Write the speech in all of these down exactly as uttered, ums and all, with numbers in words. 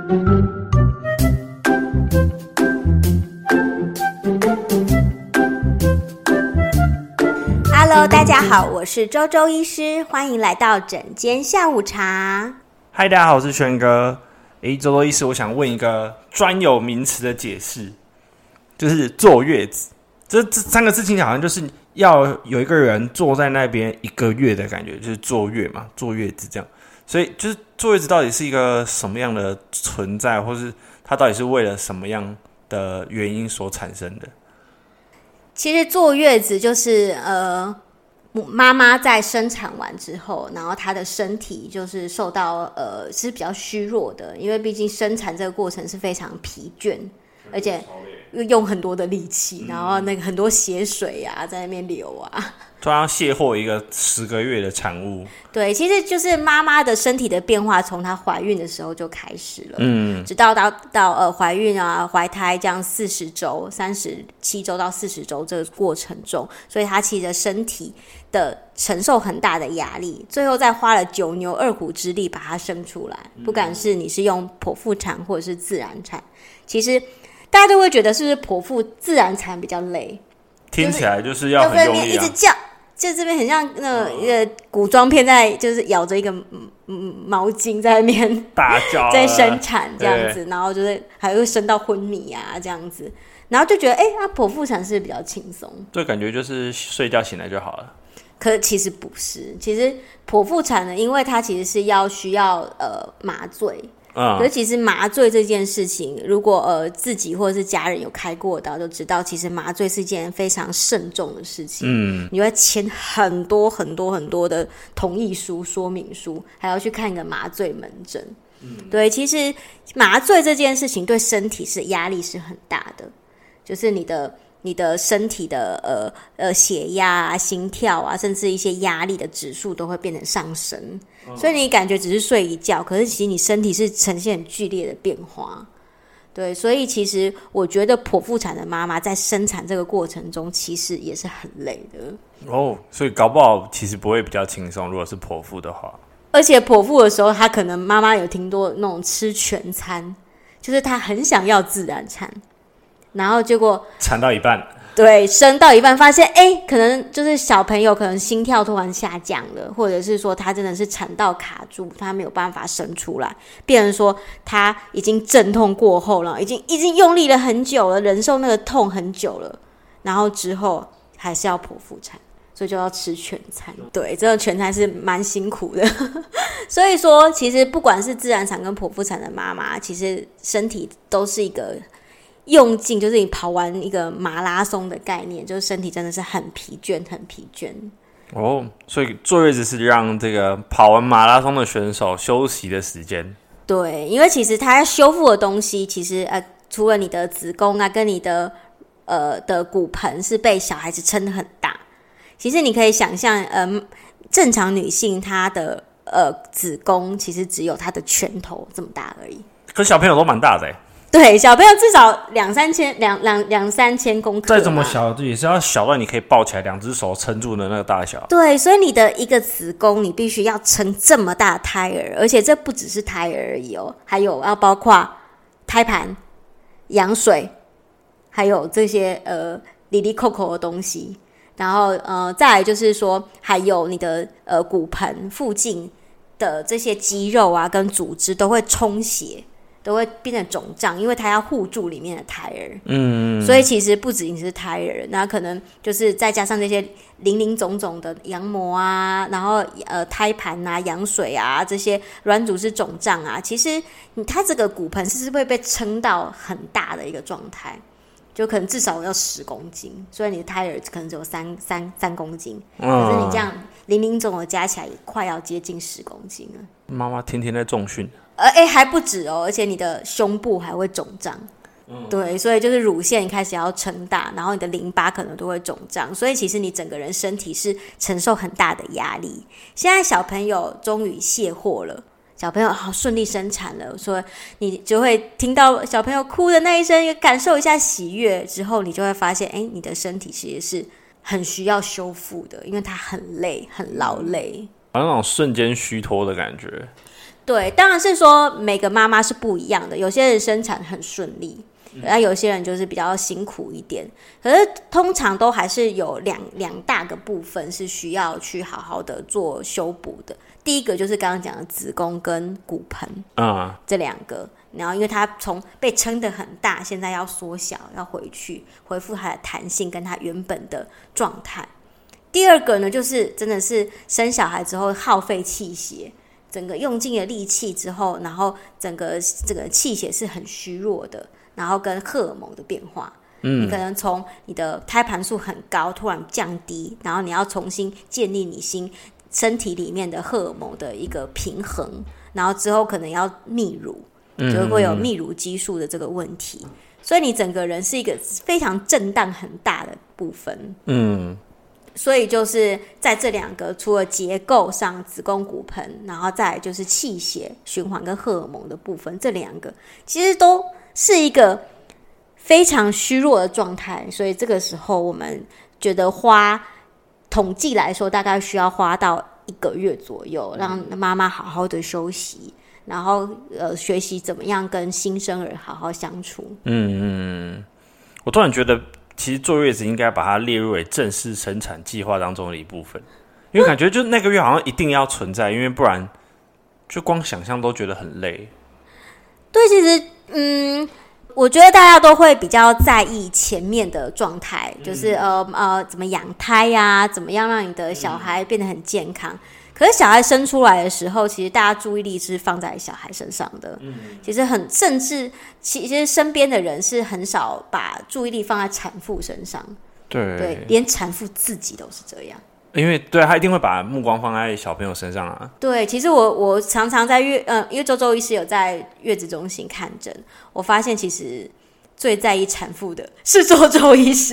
Hello， 大家好，我是周周医师，欢迎来到诊间下午茶。 嗨，大家好，我是轩哥。诶，周周医师，我想问一个专有名词的解释，就是坐月子。这这三个字听起来好像就是要有一个人坐在那边一个月的感觉，就是坐月嘛，坐月子这样。所以就是坐月子到底是一个什么样的存在，或是它到底是为了什么样的原因所产生的？ 其实坐月子就是呃，妈妈在生产完之后，然后她的身体就是受到呃是比较虚弱的，因为毕竟生产这个过程是非常疲倦，而且用很多的力气，然后那个很多血水啊在那边流啊。 突然卸货一个十个月的产物，对， 其实就是妈妈的身体的变化，从她怀孕的时候就开始了， 嗯， 直到到到呃怀孕啊、怀胎这样四十周、三十七周到四十周这个过程中，所以她其实身体的承受很大的压力，最后再花了九牛二虎之力把它生出来。不管是你是用剖腹产或者是自然产，其实大家都会觉得是不是剖腹自然产比较累？ 听起来就是要很用力啊， 一直叫。就这边很像那个一个古装片，在就是咬着一个毛巾在那边大叫， 在生产这样子，然后就是还会生到昏迷啊这样子，然后就觉得哎，啊剖腹产是比较轻松， 对，感觉就是睡觉醒来就好了。 可是其实不是，其实剖腹产呢，因为它其实是要需要呃麻醉。嗯、可是其实麻醉这件事情，如果呃自己或者是家人有开过刀，就知道其实麻醉是一件非常慎重的事情。嗯，你会签很多很多很多的同意书、说明书，还要去看一个麻醉门诊。嗯，对，其实麻醉这件事情对身体是压力是很大的，就是你的。你的身体的呃呃血压啊、心跳啊，甚至一些压力的指数都会变成上升，嗯、所以你感觉只是睡一觉，可是其实你身体是呈现很剧烈的变化。对，所以其实我觉得剖腹产的妈妈在生产这个过程中，其实也是很累的。 哦，所以搞不好其实不会比较轻松，如果是剖腹的话。 而且剖腹的时候，她可能妈妈有听多那种吃全餐，就是她很想要自然产。然后结果产到一半， 对，生到一半发现，哎，可能就是小朋友可能心跳突然下降了，或者是说他真的是产道卡住，他没有办法生出来，变成说他已经阵痛过后了，已经已经用力了很久了，忍受那个痛很久了，然后之后还是要剖腹产，所以就要吃全餐。对，这个全餐是蛮辛苦的。所以说，其实不管是自然产跟剖腹产的妈妈，其实身体都是一个。用尽就是你跑完一个马拉松的概念，就是身体真的是很疲倦，很疲倦。 哦，所以坐月子是让这个跑完马拉松的选手休息的时间。 对，因为其实它修复的东西，其实呃，除了你的子宫啊，跟你的呃的骨盆是被小孩子撑得很大。其实你可以想象，呃，正常女性她的呃子宫其实只有她的拳头这么大而已。 可小朋友都蛮大的欸。 对，小朋友至少两三千两两两三千公克， 再怎么小也是要小到你可以抱起来，两只手撑住的那个大小。 对，所以你的一个子宫，你必须要撑这么大的胎儿，而且这不只是胎儿而已哦，还有要包括胎盘、羊水，还有这些呃里里扣扣的东西。然后呃，再来就是说，还有你的呃骨盆附近的这些肌肉啊跟组织都会充血。都会变成肿胀，因为它要护住里面的胎儿。嗯，所以其实不仅仅是胎儿，那可能就是再加上这些零零总总的羊膜啊，然后呃胎盘啊、羊水啊这些软组织肿胀啊，其实它这个骨盆是会被撑到很大的一个状态，就可能至少要十公斤，所以你的胎儿可能只有三三三公斤，嗯、可是你这样零零总总加起来快要接近十公斤了。 妈妈天天在重训。 呃，哎，还不止哦，而且你的胸部还会肿胀，嗯，对，所以就是乳腺开始要撑大，然后你的淋巴可能都会肿胀，所以其实你整个人身体是承受很大的压力。现在小朋友终于卸货了，小朋友好顺利生产了，所以你就会听到小朋友哭的那一声，感受一下喜悦之后，你就会发现，哎，你的身体其实是很需要修复的，因为它很累，很劳累， 好像那种瞬间虚脱的感觉。 对，当然是说每个妈妈是不一样的，有些人生产很顺利，那、嗯、有些人就是比较辛苦一点。可是通常都还是有两两大个部分是需要去好好的做修补的。第一个就是刚刚讲的子宫跟骨盆，嗯，这两个。然后因为它从被撑得很大，现在要缩小，要回去恢复它的弹性跟它原本的状态。第二个呢，就是真的是生小孩之后耗费气血，整个用尽了力气之后，然后整个这个气血是很虚弱的，然后跟荷尔蒙的变化，嗯，你可能从你的胎盘数很高突然降低，然后你要重新建立你新身体里面的荷尔蒙的一个平衡，然后之后可能要泌乳，就会有泌乳激素的这个问题，所以你整个人是一个非常震荡很大的部分，嗯。所以就是在这两个除了结构上子宫骨盆，然后再来就是气血循环跟荷尔蒙的部分，这两个其实都是一个非常虚弱的状态，所以这个时候我们觉得花统计来说大概需要花到一个月左右，让妈妈好好的休息，然后呃学习怎么样跟新生儿好好相处。嗯嗯，我突然觉得其实坐月子应该把它列入为正式生产计划当中的一部分，因为感觉就那个月好像一定要存在，因为不然就光想象都觉得很累。 对，其实嗯，我觉得大家都会比较在意前面的状态，就是呃呃怎么养胎呀、啊，怎么样让你的小孩变得很健康。可是小孩生出来的时候，其实大家注意力是放在小孩身上的。嗯，其实很，甚至其实身边的人是很少把注意力放在产妇身上。 对， 对，连产妇自己都是这样。 因为对他一定会把目光放在小朋友身上啊。 对，其实我我常常在月，呃，因为周周医师有在月子中心看诊，我发现其实最在意产妇的是周周医师。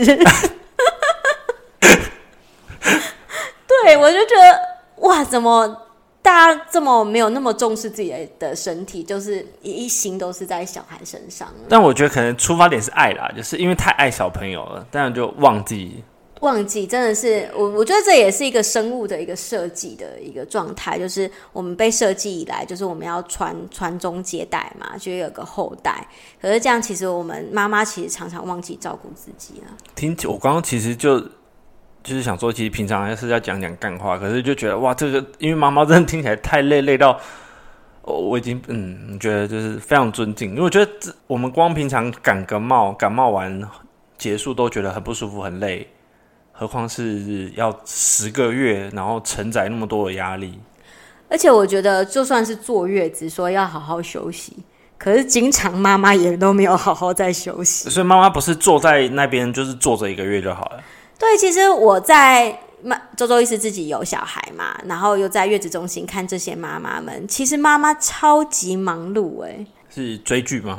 对，我就觉得。哇，怎么大家这么没有那么重视自己的身体，就是一心都是在小孩身上。 但我觉得可能出发点是爱啦，就是因为太爱小朋友了，当然就忘记忘记，真的是我我觉得这也是一个生物的一个设计的一个状态，就是我们被设计以来，就是我们要传传宗接代嘛，就有个后代。可是这样，其实我们妈妈其实常常忘记照顾自己啊。 听我刚刚其实就。就是想说，其实平常是要讲讲干话，可是就觉得哇，这个因为妈妈真的听起来太累，累到、哦、我已经嗯，觉得就是非常尊敬，因为我觉得这我们光平常感个冒，感冒完结束都觉得很不舒服、很累，何况是要十个月，然后承载那么多的压力。 而且我觉得，就算是坐月子，说要好好休息，可是经常妈妈也都没有好好在休息， 所以妈妈不是坐在那边，就是坐着一个月就好了。 对，其实我在周周医师自己有小孩嘛，然后又在月子中心看这些妈妈们，其实妈妈超级忙碌哎、欸。 是追剧吗？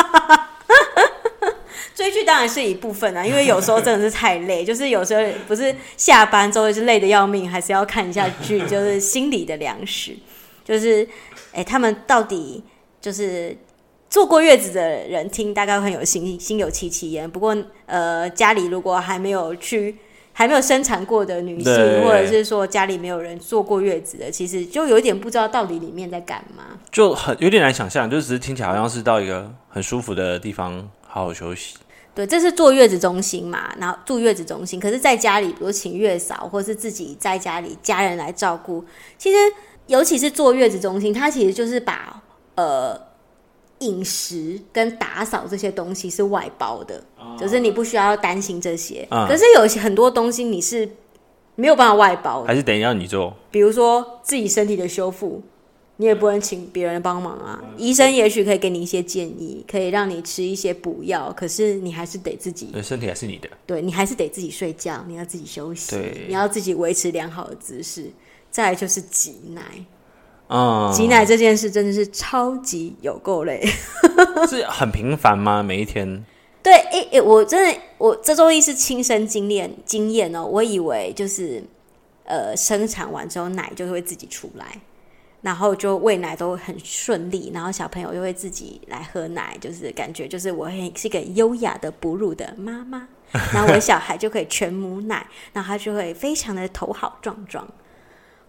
追剧当然是一部分啊，因为有时候真的是太累，就是有时候不是下班之后是累得要命，还是要看一下剧，就是心理的粮食。就是哎，他们到底就是坐过月子的人听大概会很有心心有戚戚焉，不过呃，家里如果还没有去还没有生产过的女性，或者是说家里没有人坐过月子的，其实就有点不知道到底里面在干嘛， 就很有点难想象，就只是听起来好像是到一个很舒服的地方好好休息。 对，这是坐月子中心嘛，然后住月子中心，可是在家里比如请月嫂或是自己在家里家人来照顾，其实尤其是坐月子中心，它其实就是把呃饮食跟打扫这些东西是外包的，哦、就是你不需要担心这些、嗯、可是有很多东西你是没有办法外包的， 还是得要你做， 比如说自己身体的修复你也不能请别人帮忙啊、嗯、医生也许可以给你一些建议，可以让你吃一些补药，可是你还是得自己， 对，身体还是你的， 对，你还是得自己睡觉，你要自己休息，对，你要自己维持良好的姿势。再来就是挤奶，嗯，挤奶这件事真的是超级有够累。 是很频繁吗？每一天？ 对，诶、欸欸、我真的，我这周一是亲身经验经验哦。我以为就是呃，生产完之后奶就会自己出来，然后就喂奶都很顺利，然后小朋友又会自己来喝奶，就是感觉就是我是一个优雅的哺乳的妈妈，然后我的小孩就可以全母奶，然后他就会非常的头好壮壮。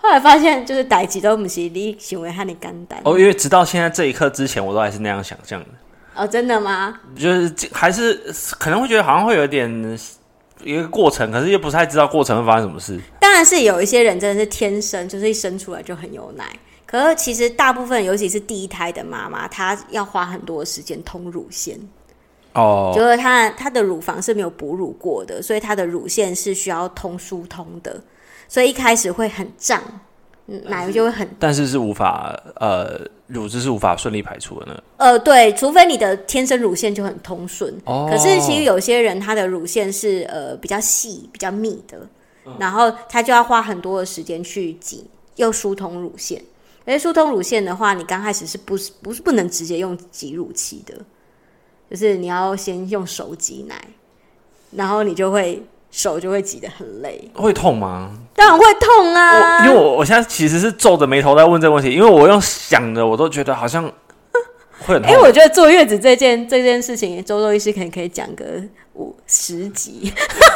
后来发现就是代志都不是你想的那么简单哦，因为直到现在这一刻之前，我都还是那样想象的。 哦，真的吗？ 就是还是可能会觉得好像会有点一个过程，可是又不太知道过程会发生什么事。 当然是有一些人真的是天生就是一生出来就很有奶，可是其实大部分尤其是第一胎的妈妈，她要花很多的时间通乳腺。哦，就是她她的乳房是没有哺乳过的，所以她的乳腺是需要通疏通的，所以一开始会很胀，奶就会很， 但是是无法呃乳汁是无法顺利排出的呢。 呃，对，除非你的天生乳腺就很通顺。哦，可是其实有些人他的乳腺是呃比较细、比较密的，嗯，然后他就要花很多的时间去挤，又疏通乳腺。而疏通乳腺的话，你刚开始是不是不是不能直接用挤乳器的？就是你要先用手挤奶，然后你就会手就会挤得很累。 会痛吗？ 当然会痛啊！ 因为我我现在其实是皱着眉头在问这个问题，因为我用想的我都觉得好像会很痛。 哎，我觉得坐月子这件这件事情，周周医师可能可以讲个五十集，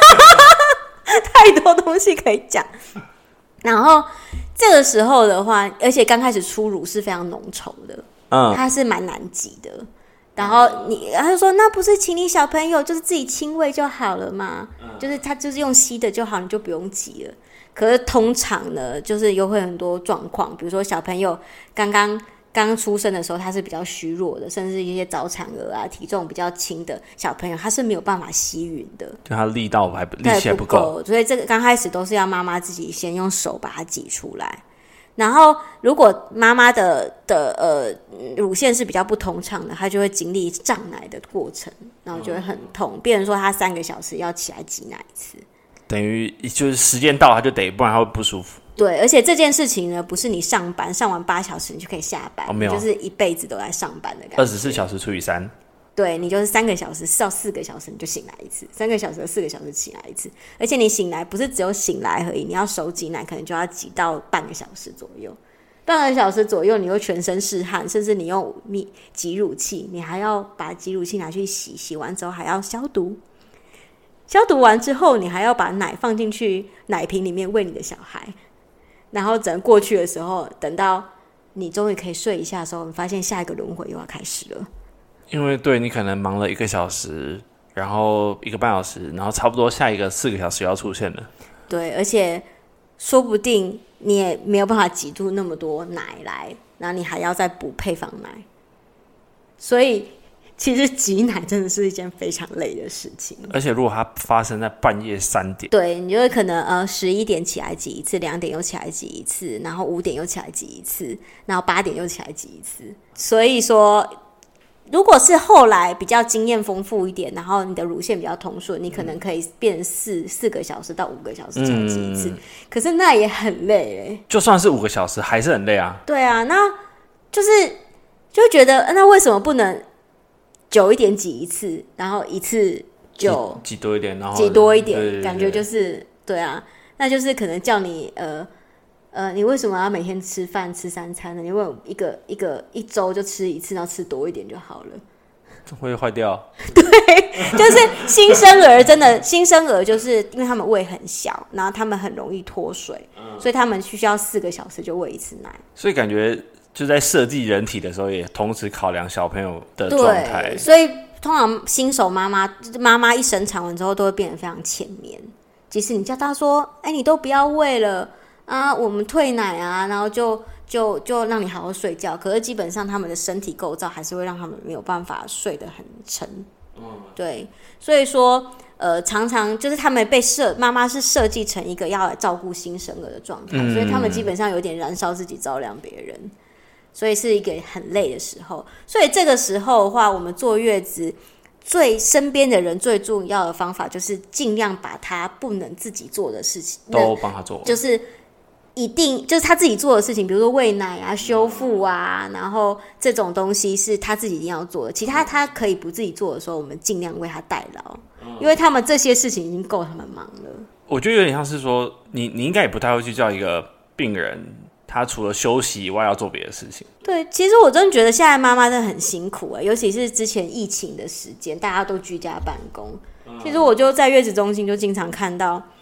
太多东西可以讲。然后这个时候的话，而且刚开始初乳是非常浓稠的，嗯，它是蛮难挤的。然后你，他就说那不是请你小朋友就是自己亲喂就好了嘛，嗯，就是他就是用吸的就好，你就不用挤了。可是通常呢，就是又会很多状况，比如说小朋友刚刚刚出生的时候，他是比较虚弱的，甚至一些早产儿啊，体重比较轻的小朋友，他是没有办法吸吮的， 就他力道还力气还不够， 所以这个刚开始都是要妈妈自己先用手把它挤出来。然后，如果妈妈的的呃乳腺是比较不通畅的，她就会经历胀奶的过程，然后就会很痛。别人说她三个小时要起来挤奶一次， 等于就是时间到她就得，不然她会不舒服。 对，而且这件事情呢，不是你上班上完八小时你就可以下班， 哦，没有， 就是一辈子都在上班的感觉。 二十四小时除以三。 对，你就是三个小时到四个小时你就醒来一次，三个小时到四个小时起来一次，而且你醒来不是只有醒来而已，你要手挤奶可能就要挤到半个小时左右，半个小时左右你会全身是汗，甚至你用挤乳器，你还要把挤乳器拿去洗，洗完之后还要消毒，消毒完之后你还要把奶放进去奶瓶里面喂你的小孩，然后整个过去的时候，等到你终于可以睡一下的时候，你发现下一个轮回又要开始了。 因为对你可能忙了一个小时，然后一个半小时，然后差不多下一个四个小时要出现了。 对，而且说不定你也没有办法挤出那么多奶来，然后你还要再补配方奶，所以其实挤奶真的是一件非常累的事情。 而且如果它发生在半夜三点， 对，你就会可能呃十一点起来挤一次，两点又起来挤一次，然后五点又起来挤一次，然后八点又起来挤一次，所以说。如果是后来比较经验丰富一点，然后你的乳腺比较通顺，你可能可以变四四个小时到五个小时才挤一次，嗯，可是那也很累欸。 就算是五个小时，还是很累啊。 对啊，那就是就觉得那为什么不能久一点挤一次，然后一次就挤多一点，然后挤多一点， 对对对对， 感觉就是对啊，那就是可能叫你呃。呃，你为什么要每天吃饭吃三餐呢？你为什么一个一个一周就吃一次，然后吃多一点就好了？ 会坏掉。 对，就是新生儿真的，新生儿就是因为他们胃很小，然后他们很容易脱水，嗯，所以他们需要四个小时就喂一次奶。 所以感觉就在设计人体的时候，也同时考量小朋友的状态。 所以通常新手妈妈妈妈一生产完之后都会变得非常浅眠，即使你叫她说：“哎，你都不要喂了。”啊，我们退奶啊，然后就就就让你好好睡觉。可是基本上他们的身体构造还是会让他们没有办法睡得很沉。嗯，对，所以说呃，常常就是他们被设妈妈是设计成一个要来照顾新生儿的状态，嗯，所以他们基本上有点燃烧自己照亮别人，所以是一个很累的时候。所以这个时候的话，我们坐月子最身边的人最重要的方法就是尽量把他不能自己做的事情都帮他做， 就是一定就是他自己做的事情，比如说喂奶啊、修复啊，然后这种东西是他自己一定要做的。其他他可以不自己做的时候，我们尽量为他代劳，因为他们这些事情已经够他们忙了。 我觉得有点像是说，你你应该也不太会去叫一个病人，他除了休息以外要做别的事情。 对，其实我真的觉得现在妈妈真的很辛苦欸，尤其是之前疫情的时间，大家都居家办公。其实我就在月子中心就经常看到。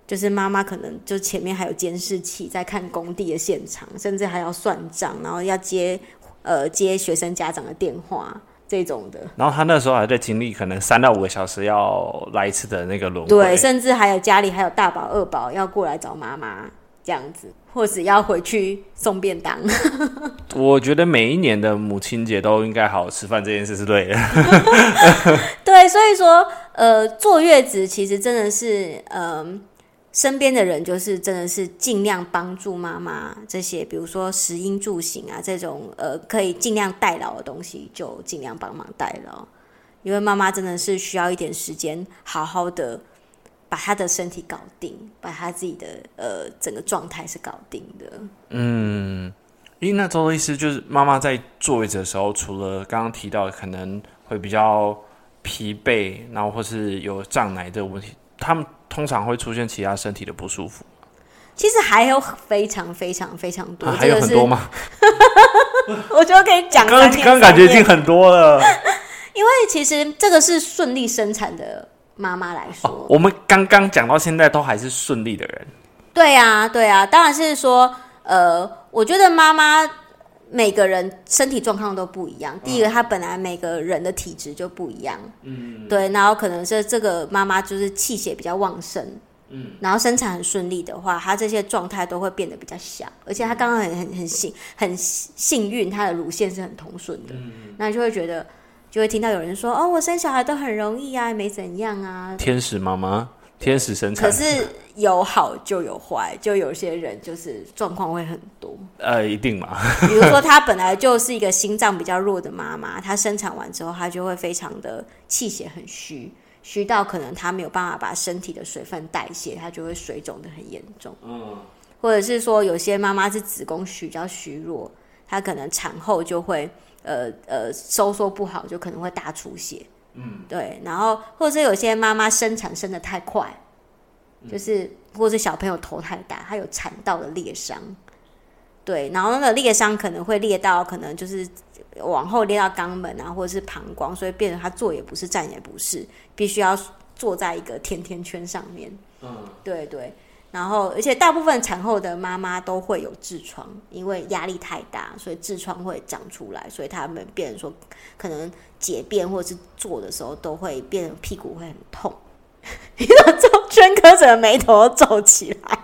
就是妈妈可能就前面还有监视器在看工地的现场，甚至还要算账，然后要接呃接学生家长的电话这种的。 然后他那时候还在经历可能三到五个小时要来一次的那个轮回， 对，甚至还有家里还有大宝二宝要过来找妈妈这样子，或者要回去送便当。 我觉得每一年的母亲节都应该好好吃饭，这件事是对的。 对，所以说呃坐月子其实真的是呃身边的人就是真的是尽量帮助妈妈这些，比如说食衣住行啊这种呃可以尽量代劳的东西，就尽量帮忙代劳，因为妈妈真的是需要一点时间，好好的把她的身体搞定，把她自己的呃整个状态是搞定的。 嗯，因为那周医师就是妈妈在坐月子的时候，除了刚刚提到可能会比较疲惫，然后或是有胀奶的问题，他们通常会出现其他身体的不舒服。 其实还有非常非常非常多， 啊、还有很多吗？ 我觉得可以讲。 刚刚感觉已经很多了， 因为其实这个是顺利生产的妈妈来说、 哦，我们刚刚讲到现在都还是顺利的人。 对啊，对啊，当然是说，呃，我觉得妈妈每个人身体状况都不一样。第一个，她本来每个人的体质就不一样，嗯，对，然后可能是这个妈妈就是气血比较旺盛，嗯，然后生产很顺利的话，她这些状态都会变得比较小，而且她刚刚很很很幸很幸运，她的乳腺是很通顺的，嗯，那就会觉得。就会听到有人说：“哦，我生小孩都很容易啊，没怎样啊。” 天使妈妈，天使生产。 可是有好就有坏，就有些人就是状况会很多。 呃，一定嘛。 比如说，她本来就是一个心脏比较弱的妈妈，她生产完之后，她就会非常的气血很虚，虚到可能她没有办法把身体的水分代谢，她就会水肿的很严重。嗯，或者是说，有些妈妈是子宫虚比较虚弱，她可能产后就会。呃呃，收缩不好就可能会大出血，嗯，对，然后或者是有些妈妈生产生的太快，嗯、就是或者是小朋友头太大，他有产道的裂伤，对，然后那个裂伤可能会裂到可能就是往后裂到肛门啊，或者是膀胱，所以变成他坐也不是，站也不是，必须要坐在一个甜甜圈上面，嗯，对对。然后，而且大部分产后的妈妈都会有痔疮，因为压力太大，所以痔疮会长出来，所以他们变成说，可能解便或者是坐的时候都会变成屁股会很痛。你说周圈科者眉头都皱起来。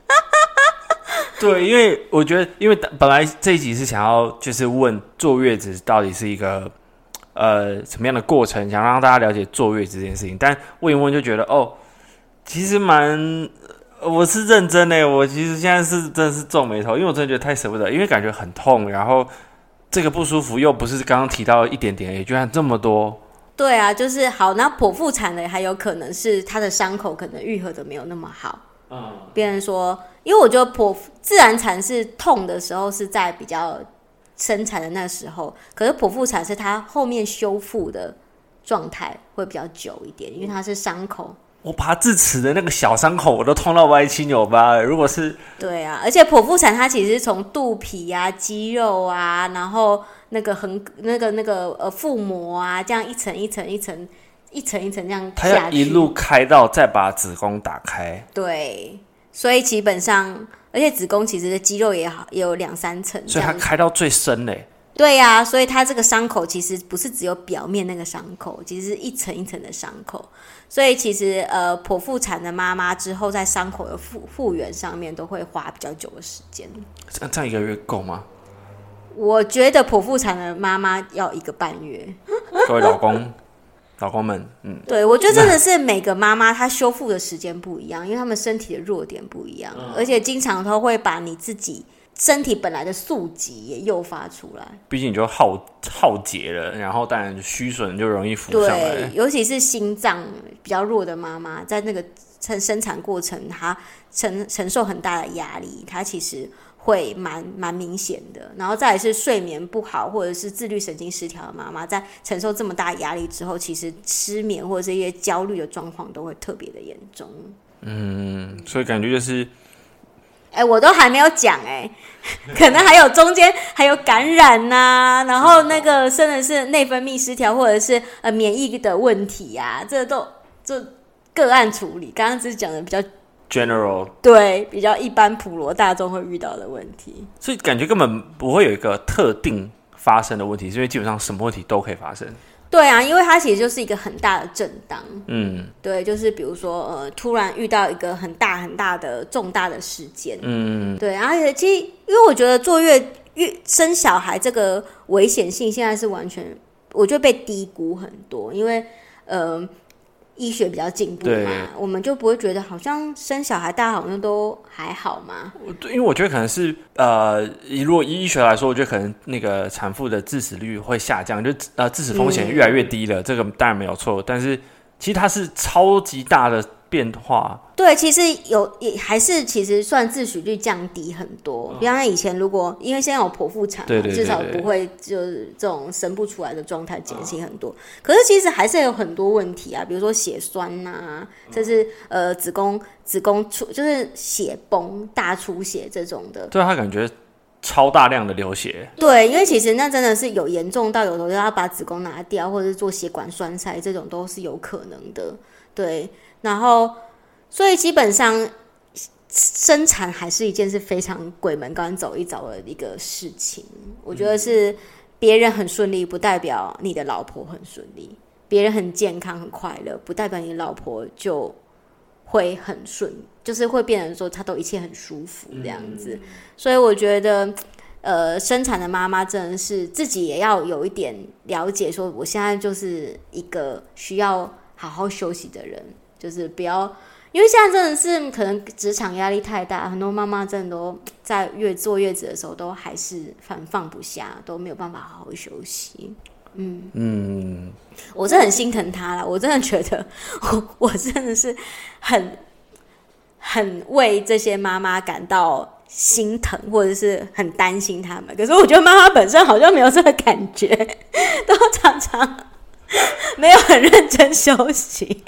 对，因为我觉得，因为本来这一集是想要就是问坐月子到底是一个呃什么样的过程，想让大家了解坐月子这件事情，但问一问就觉得哦，其实蛮。我是认真的，我其实现在是真的是皱眉头，因为我真的觉得太舍不得，因为感觉很痛，然后这个不舒服又不是刚刚提到一点点，也居然这么多。 对啊，就是好，那剖腹产的还有可能是他的伤口可能愈合的没有那么好，嗯，别人说，因为我觉得剖自然产是痛的时候是在比较生产的那时候，可是剖腹产是它后面修复的状态会比较久一点，因为它是伤口。 我拔智齿的那个小伤口，我都痛到歪七扭八了。如果是对啊，而且剖腹产它其实是从肚皮啊、肌肉啊，然后那个横、那个、那个呃腹膜啊，这样一层一层、一层、一层一层这样下去， 它要一路开到再把子宫打开。 对，所以基本上，而且子宫其实的肌肉也好，也有两三层， 所以它开到最深嘞。 对呀、啊，所以它这个伤口其实不是只有表面那个伤口，其实是一层一层的伤口。所以其实呃，剖腹产的妈妈之后在伤口的复复原上面都会花比较久的时间。 这样一个月够吗？ 我觉得剖腹产的妈妈要一个半月。 各位老公、老公们，嗯， 对，我觉得真的是每个妈妈她修复的时间不一样，因为她们身体的弱点不一样，嗯、而且经常都会把你自己。身体本来的宿疾也诱发出来， 毕竟你就耗耗竭了，然后当然虚损就容易浮上来。 对，尤其是心脏比较弱的妈妈，在那个生产过程，她承承受很大的压力，她其实会蛮蛮明显的。然后再来是睡眠不好或者是自律神经失调的妈妈，在承受这么大压力之后，其实失眠或者是一些焦虑的状况都会特别的严重。 嗯，所以感觉就是。 哎、欸，我都还没有讲哎、欸，可能还有中间还有感染呐、啊，然后那个甚至是内分泌失调，或者是呃免疫的问题啊，这都这个案处理。刚刚只是讲的比较 general， 对，比较一般普罗大众会遇到的问题。 所以感觉根本不会有一个特定发生的问题，因为基本上什么问题都可以发生。 对啊，因为它其实就是一个很大的震荡。 嗯， 对，就是比如说呃，突然遇到一个很大很大的重大的事件。嗯，对，而且其实因为我觉得坐月月生小孩这个危险性现在是完全，我觉得被低估很多，因为呃。医学比较进步嘛，我们就不会觉得好像生小孩大家好像都还好嘛。 因为我觉得可能是呃，如果以医学来说，我觉得可能那个产妇的致死率会下降，就呃致死风险越来越低了，嗯、这个当然没有错。但是其实它是超级大的变化。 对，其实有也还是其实算致死率降低很多。比方说以前如果因为现在有剖腹产嘛， 对对对对， 至少不会就是这种生不出来的状态减轻很多。哦、可是其实还是有很多问题啊，比如说血栓呐、啊，这是呃子宫子宫出就是血崩、大出血这种的。 对，他感觉超大量的流血。 对，因为其实那真的是有严重到有时候要把子宫拿掉，或者是做血管栓塞，这种都是有可能的。对，然后。所以基本上生产还是一件是非常鬼门关走一遭的一个事情。我觉得是别人很顺利不代表你的老婆很顺利，别人很健康很快乐不代表你老婆就会很顺，就是会变成说她都一切很舒服这样子。所以我觉得呃，生产的妈妈真的是自己也要有一点了解，说我现在就是一个需要好好休息的人，就是不要因为现在真的是可能职场压力太大，很多妈妈真的都在月坐月子的时候都还是很放不下，都没有办法好好休息。嗯嗯，我是很心疼她啦，我真的觉得 我, 我真的是很很为这些妈妈感到心疼，或者是很担心她们。可是我觉得妈妈本身好像没有这个感觉，都常常没有很认真休息。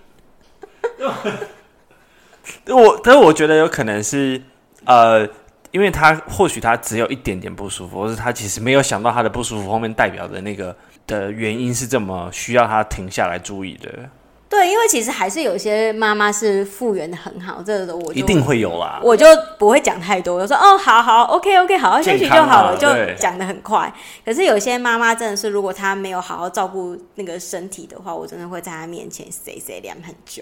我，但是我觉得有可能是，呃，因为他或许他只有一点点不舒服，或是他其实没有想到他的不舒服后面代表的那个的原因是这么需要他停下来注意的。 对，因为其实还是有些妈妈是复原的很好，这个我就一定会有啦， 我就不会讲太多，我就说哦，好好 ，OK OK， 好好休息就好了，就讲得很快。可是有些妈妈真的是，如果她没有好好照顾那个身体的话，我真的会在她面前谁谁凉很久。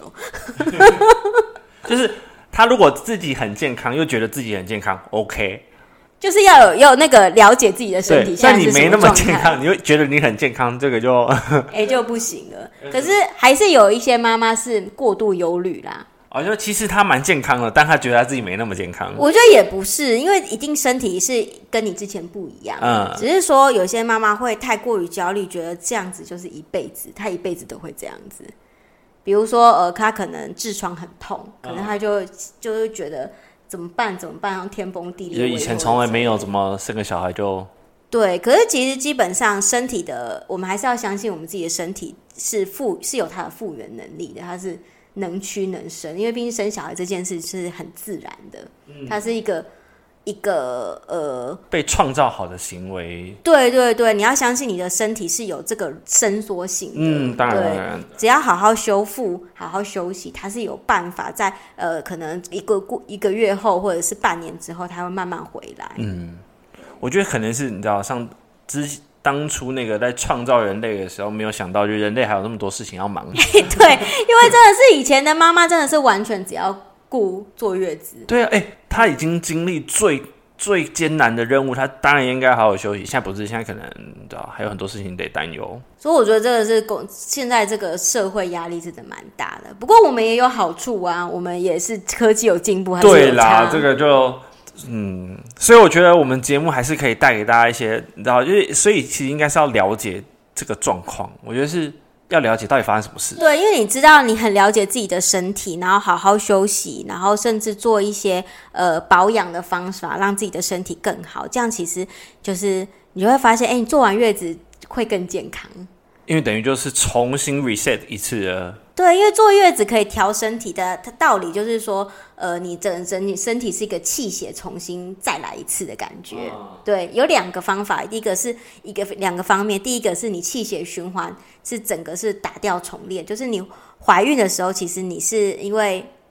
就是他如果自己很健康，又觉得自己很健康 ，OK， 就是要有要那个了解自己的身体。 但你没那么健康，你又觉得你很健康，这个就哎、欸、就不行了。可是还是有一些妈妈是过度忧虑啦。 哦，就其实他蛮健康的，但他觉得他自己没那么健康。 我觉得也不是，因为一定身体是跟你之前不一样，嗯，只是说有些妈妈会太过于焦虑，觉得这样子就是一辈子，她一辈子都会这样子。比如说，呃，他可能痔疮很痛，可能他就、嗯、就会觉得怎么办？怎么办？像天崩地裂。 就以前从来没有怎么生个小孩就对，可是其实基本上身体的，我们还是要相信我们自己的身体是复是有它的复原能力的，它是能屈能伸，因为毕竟生小孩这件事是很自然的，嗯、它是一个。一个呃被创造好的行为， 对对对，你要相信你的身体是有这个伸缩性的， 嗯，当然当然， 只要好好修复、好好休息，它是有办法在呃可能一个一个月后或者是半年之后，它会慢慢回来。嗯， 我觉得可能是你知道，像之当初那个在创造人类的时候，没有想到，就人类还有那么多事情要忙。 对，因为真的是以前的妈妈真的是完全只要。顾坐月子， 对啊，哎、欸，他已经经历最最艰难的任务，他当然应该好好休息。现在不是，现在可能你知道还有很多事情得担忧。 所以我觉得这个是现在这个社会压力真的蛮大的。不过我们也有好处啊，我们也是科技有进步，还是有差。 对啦，这个就嗯，所以我觉得我们节目还是可以带给大家一些，你知道，因为所以其实应该是要了解这个状况。我觉得是。要了解到底发生什么事。 对，因为你知道你很了解自己的身体，然后好好休息，然后甚至做一些呃保养的方法，让自己的身体更好。这样其实就是你就会发现，哎，你做完月子会更健康。 因为等于就是重新 reset 一次了。 对，因为坐月子可以调身体的道理就是说，呃，你整整你身体是一个气血重新再来一次的感觉。哦、对，有两个方法，第一个是一个两个方面，第一个是你气血循环是整个是打掉重练，就是你怀孕的时候，其实你是因为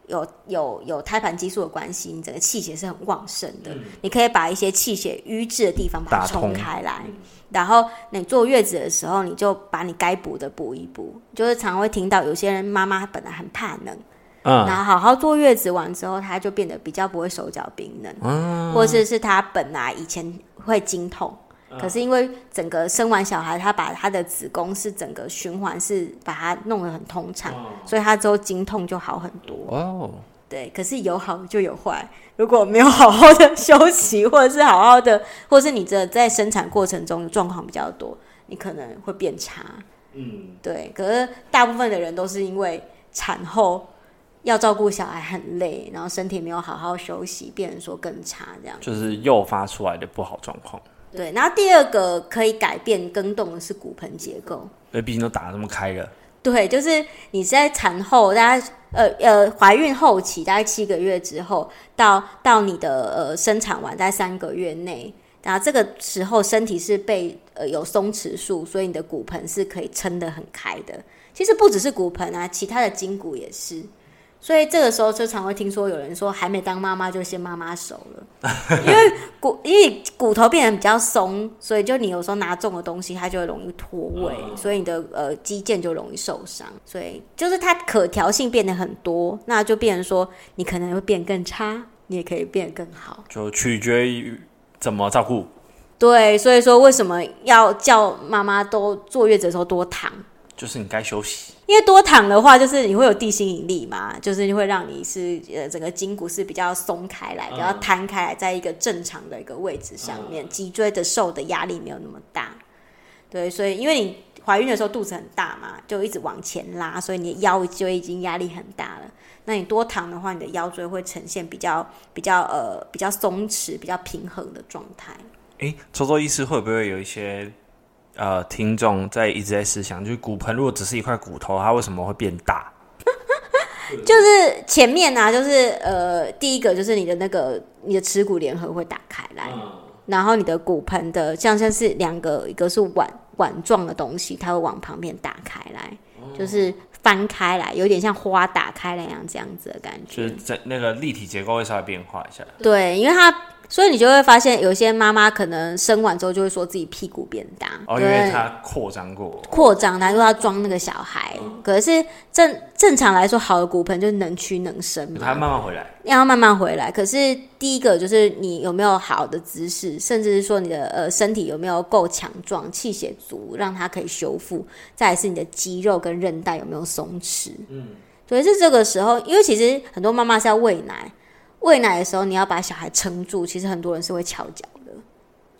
有有有胎盘激素的关系，你整个气血是很旺盛的，嗯、你可以把一些气血瘀滞的地方把它冲开来，然后你坐月子的时候，你就把你该补的补一补。就是常会听到有些人妈妈本来很怕冷。嗯、然后好好坐月子完之后，她就变得比较不会手脚冰冷，嗯、或者是她本来以前会经痛，嗯、可是因为整个生完小孩，她把她的子宫是整个循环是把它弄得很通畅，哦、所以她之后经痛就好很多。哦，对，可是有好就有坏，如果没有好好的休息，或者是好好的，或者是你这在生产过程中状况比较多，你可能会变差。嗯，对，可是大部分的人都是因为产后要照顾小孩很累，然后身体没有好好休息，变成说更差，这样就是诱发出来的不好状况。 对，然后第二个可以改变更动的是骨盆结构， 因为毕竟都打得那么开了。 对，就是你在产后，大概呃呃怀孕后期，大概七个月之后，到到你的呃生产完在三个月内，然后这个时候身体是被呃有松弛素，所以你的骨盆是可以撑得很开的。其实不只是骨盆啊，其他的筋骨也是。所以这个时候就常会听说有人说还没当妈妈就先妈妈手了，因为骨因为骨头变得比较松，所以就你有时候拿重的东西它就会容易脱位，所以你的呃肌腱就容易受伤，所以就是它可调性变得很多，那就变成说你可能会变更差，你也可以变得更好， 就取决于怎么照顾。 对，所以说为什么要叫妈妈都坐月子的时候多躺？ 就是你该休息， 因为多躺的话，就是你会有地心引力嘛，就是会让你是呃整个筋骨是比较松开来，比较摊开来，在一个正常的一个位置上面，脊椎的受的压力没有那么大。对，所以因为你怀孕的时候肚子很大嘛，就一直往前拉，所以你的腰就已经压力很大了。那你多躺的话，你的腰椎会呈现比较比较呃比较松弛、比较平衡的状态。 哎，周周医师会不会有一些？呃，听众在一直在思想，就是骨盆如果只是一块骨头，它为什么会变大？ 就是前面啊，就是呃，第一个就是你的那个你的耻骨联合会打开来，嗯、然后你的骨盆的像像是两个，一个是碗碗状的东西，它会往旁边打开来，嗯、就是翻开来，有点像花打开来一样这样子的感觉， 就是在那个立体结构会稍微变化一下。 对，因为它。所以你就会发现，有些妈妈可能生完之后就会说自己屁股变大， 哦，因为它扩张过， 扩张，它又要装那个小孩。嗯、可是正正常来说，好的骨盆就是能屈能伸嘛， 它慢慢回来， 要慢慢回来。可是第一个就是你有没有好的姿势，甚至是说你的呃身体有没有够强壮，气血足，让它可以修复。再来是你的肌肉跟韧带有没有松弛。嗯，所以是这个时候，因为其实很多妈妈是要喂奶。喂奶的时候，你要把小孩撑住，其实很多人是会翘脚的。 哦、oh. ，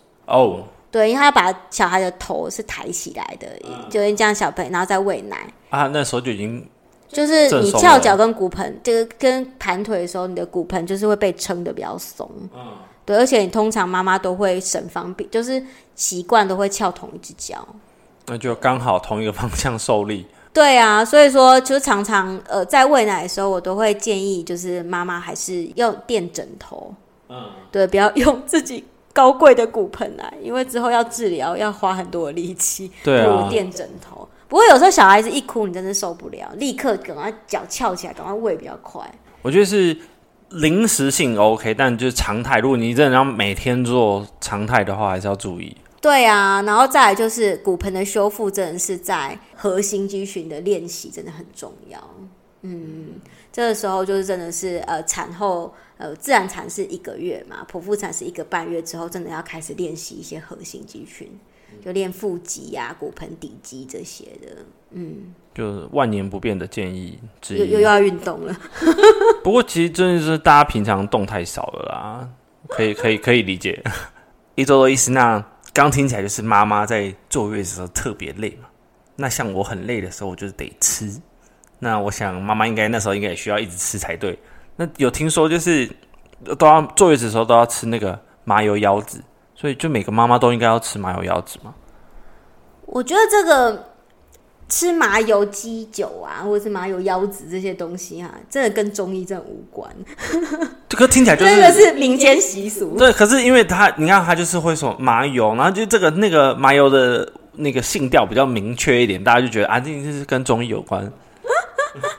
对，因为他要把小孩的头是抬起来的，嗯、就是这样小朋友，然后再喂奶。 啊，那时候就已经就是你翘脚跟骨盆，这个跟盘腿的时候，你的骨盆就是会被撑得比较松。嗯，对，而且你通常妈妈都会省方便，就是习惯都会翘同一只脚， 那就刚好同一个方向受力。 对啊，所以说就常常呃在喂奶的时候，我都会建议就是妈妈还是要垫枕头，嗯，对，不要用自己高贵的骨盆来，因为之后要治疗要花很多的力气， 对啊， 不如垫枕头。不过有时候小孩子一哭，你真的受不了，立刻赶快脚翘起来，赶快喂比较快。 我觉得是临时性 OK， 但就是常态，如果你真的要每天做常态的话，还是要注意。 对啊，然后再来就是骨盆的修复，真的是在核心肌群的练习真的很重要。嗯，这个时候就是真的是呃产后呃自然产是一个月嘛，剖腹产是一个半月之后，真的要开始练习一些核心肌群，就练腹肌啊、骨盆底肌这些的。嗯， 就万年不变的建议之一， 又又要运动了。 不过其实真的是大家平常动太少了啦，可以可以可以理解。一周的意思那。刚听起来就是妈妈在坐月子的时候特别累嘛，那像我很累的时候，我就是得吃。那我想妈妈应该那时候应该也需要一直吃才对。那有听说就是都要坐月子的时候都要吃那个麻油腰子，所以就每个妈妈都应该要吃麻油腰子吗？ 我觉得这个吃麻油鸡酒啊，或者是麻油腰子这些东西啊，真的跟中医真的无关。 这个听起来就是真的是民间习俗。 对，可是因为他，你看他就是会说麻油，然后就这个那个麻油的那个性调比较明确一点，大家就觉得啊，这是跟中医有关。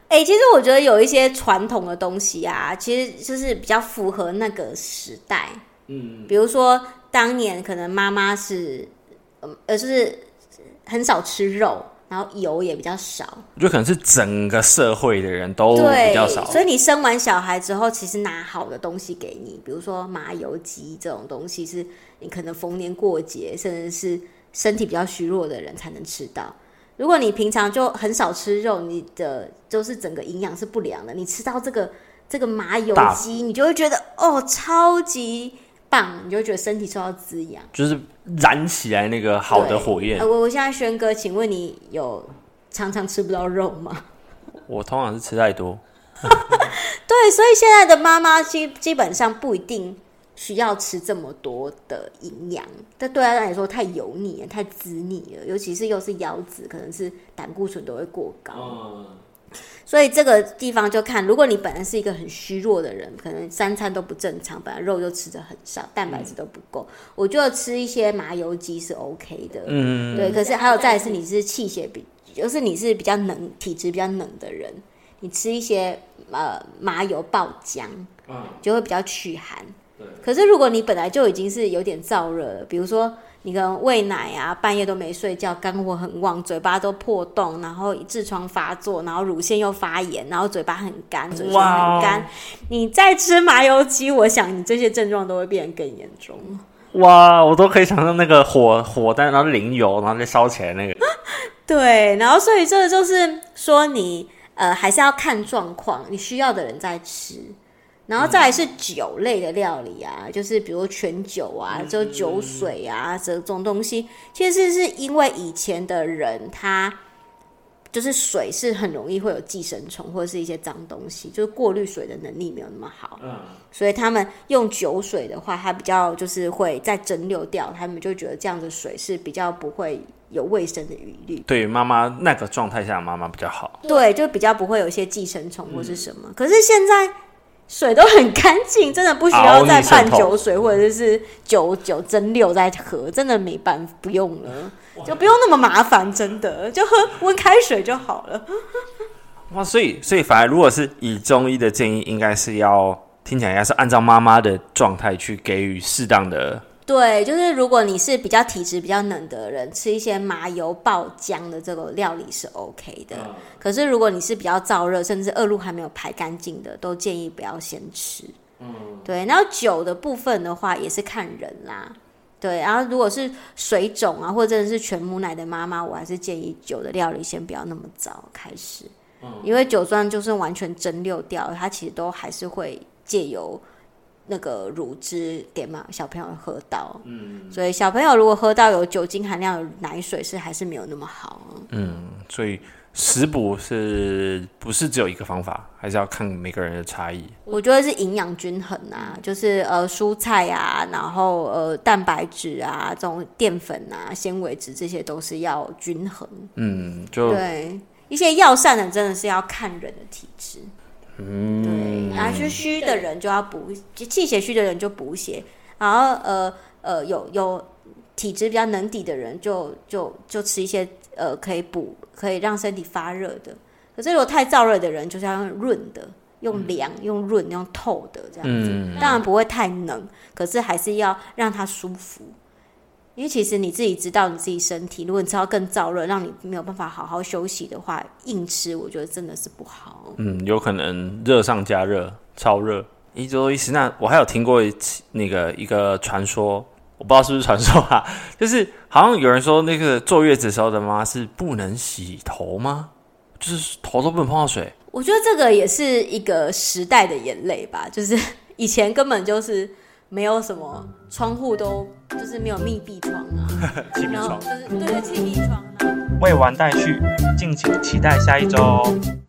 哎、欸，其实我觉得有一些传统的东西啊，其实就是比较符合那个时代。嗯，比如说当年可能妈妈是，呃，就是很少吃肉，然后油也比较少。 我觉得可能是整个社会的人都比较少， 所以你生完小孩之后，其实拿好的东西给你，比如说麻油鸡这种东西，是你可能逢年过节，甚至是身体比较虚弱的人才能吃到。如果你平常就很少吃肉，你的就是整个营养是不良的。你吃到这个这个麻油鸡，你就会觉得哦，超级棒，你就会觉得身体受到滋养， 就是燃起来那个好的火焰。 呃、我我现在轩哥，请问你有常常吃不到肉吗？ 我通常是吃太多。 对，所以现在的妈妈基基本上不一定需要吃这么多的营养，但对他来说太油腻了，太滋腻了，尤其是又是腰子，可能是胆固醇都会过高。嗯，所以这个地方就看，如果你本来是一个很虚弱的人，可能三餐都不正常，本来肉就吃得很少，蛋白质都不够，嗯、我觉得吃一些麻油鸡是 OK 的。嗯，对。可是还有再来是你是气血比，就是你是比较冷，体质比较冷的人，你吃一些呃麻油爆浆，嗯，就会比较驱寒。可是如果你本来就已经是有点燥热了，比如说你可能喂奶啊，半夜都没睡觉，肝火很旺，嘴巴都破洞，然后痔疮发作，然后乳腺又发炎，然后嘴巴很干，嘴唇很干， wow. 你再吃麻油鸡，我想你这些症状都会变得更严重。 哇，我都可以想象那个火火弹，然后淋油，然后再烧起来那个。 对，然后所以这个就是说你呃还是要看状况，你需要的人在吃。然后再来是酒类的料理啊，就是比如全酒啊，就酒水啊，这种东西，其实是因为以前的人他就是水是很容易会有寄生虫或者是一些脏东西，就是过滤水的能力没有那么好，嗯，所以他们用酒水的话，它比较就是会再蒸馏掉，他们就觉得这样的水是比较不会有卫生的疑虑。 对妈妈那个状态下，妈妈比较好， 对，就比较不会有一些寄生虫或是什么。嗯、可是现在水都很干净，真的不需要再拌酒水或者是酒酒蒸馏再喝，真的没办法，不用了，就不用那么麻烦，真的就喝温开水就好了。 哇，所以所以反而如果是以中医的建议，应该是要听起来应该是按照妈妈的状态去给予适当的。 对，就是如果你是比较体质比较冷的人，吃一些麻油爆浆的这个料理是 OK 的。嗯、可是如果你是比较燥热，甚至恶露还没有排干净的，都建议不要先吃。嗯，对。然后酒的部分的话，也是看人啦。对，然后如果是水肿啊，或者是全母奶的妈妈，我还是建议酒的料理先不要那么早开始，嗯、因为酒酸就是完全蒸馏掉，它其实都还是会借由那个乳汁给嘛小朋友喝到，嗯，所以小朋友如果喝到有酒精含量的奶水是还是没有那么好。 嗯，所以食补是不是只有一个方法，还是要看每个人的差异？ 我觉得是营养均衡啊，就是呃蔬菜啊，然后呃蛋白质啊，这种淀粉啊、纤维质这些都是要均衡。嗯，就对一些药膳的真的是要看人的体质。嗯，对，然后是虚的人就要补，气血虚的人就补血，然后呃呃有有体质比较能底的人就就就吃一些呃可以补可以让身体发热的。可是如果太燥热的人，就是要用润的，用凉、嗯、用润、用透的这样子，嗯、当然不会太冷，可是还是要让它舒服。因为其实你自己知道你自己身体，如果你吃到更燥热，让你没有办法好好休息的话，硬吃我觉得真的是不好。 嗯，有可能热上加热，超热。一周医师，那我还有听过那个一个传说，我不知道是不是传说啊，就是好像有人说那个坐月子的时候的妈是不能洗头吗？就是头都不能碰到水。 我觉得这个也是一个时代的眼泪吧，就是以前根本就是没有什么窗户都就是没有密闭窗啊， 气密窗， 就是对对气密窗啊。 未完待续，敬请期待下一周哦。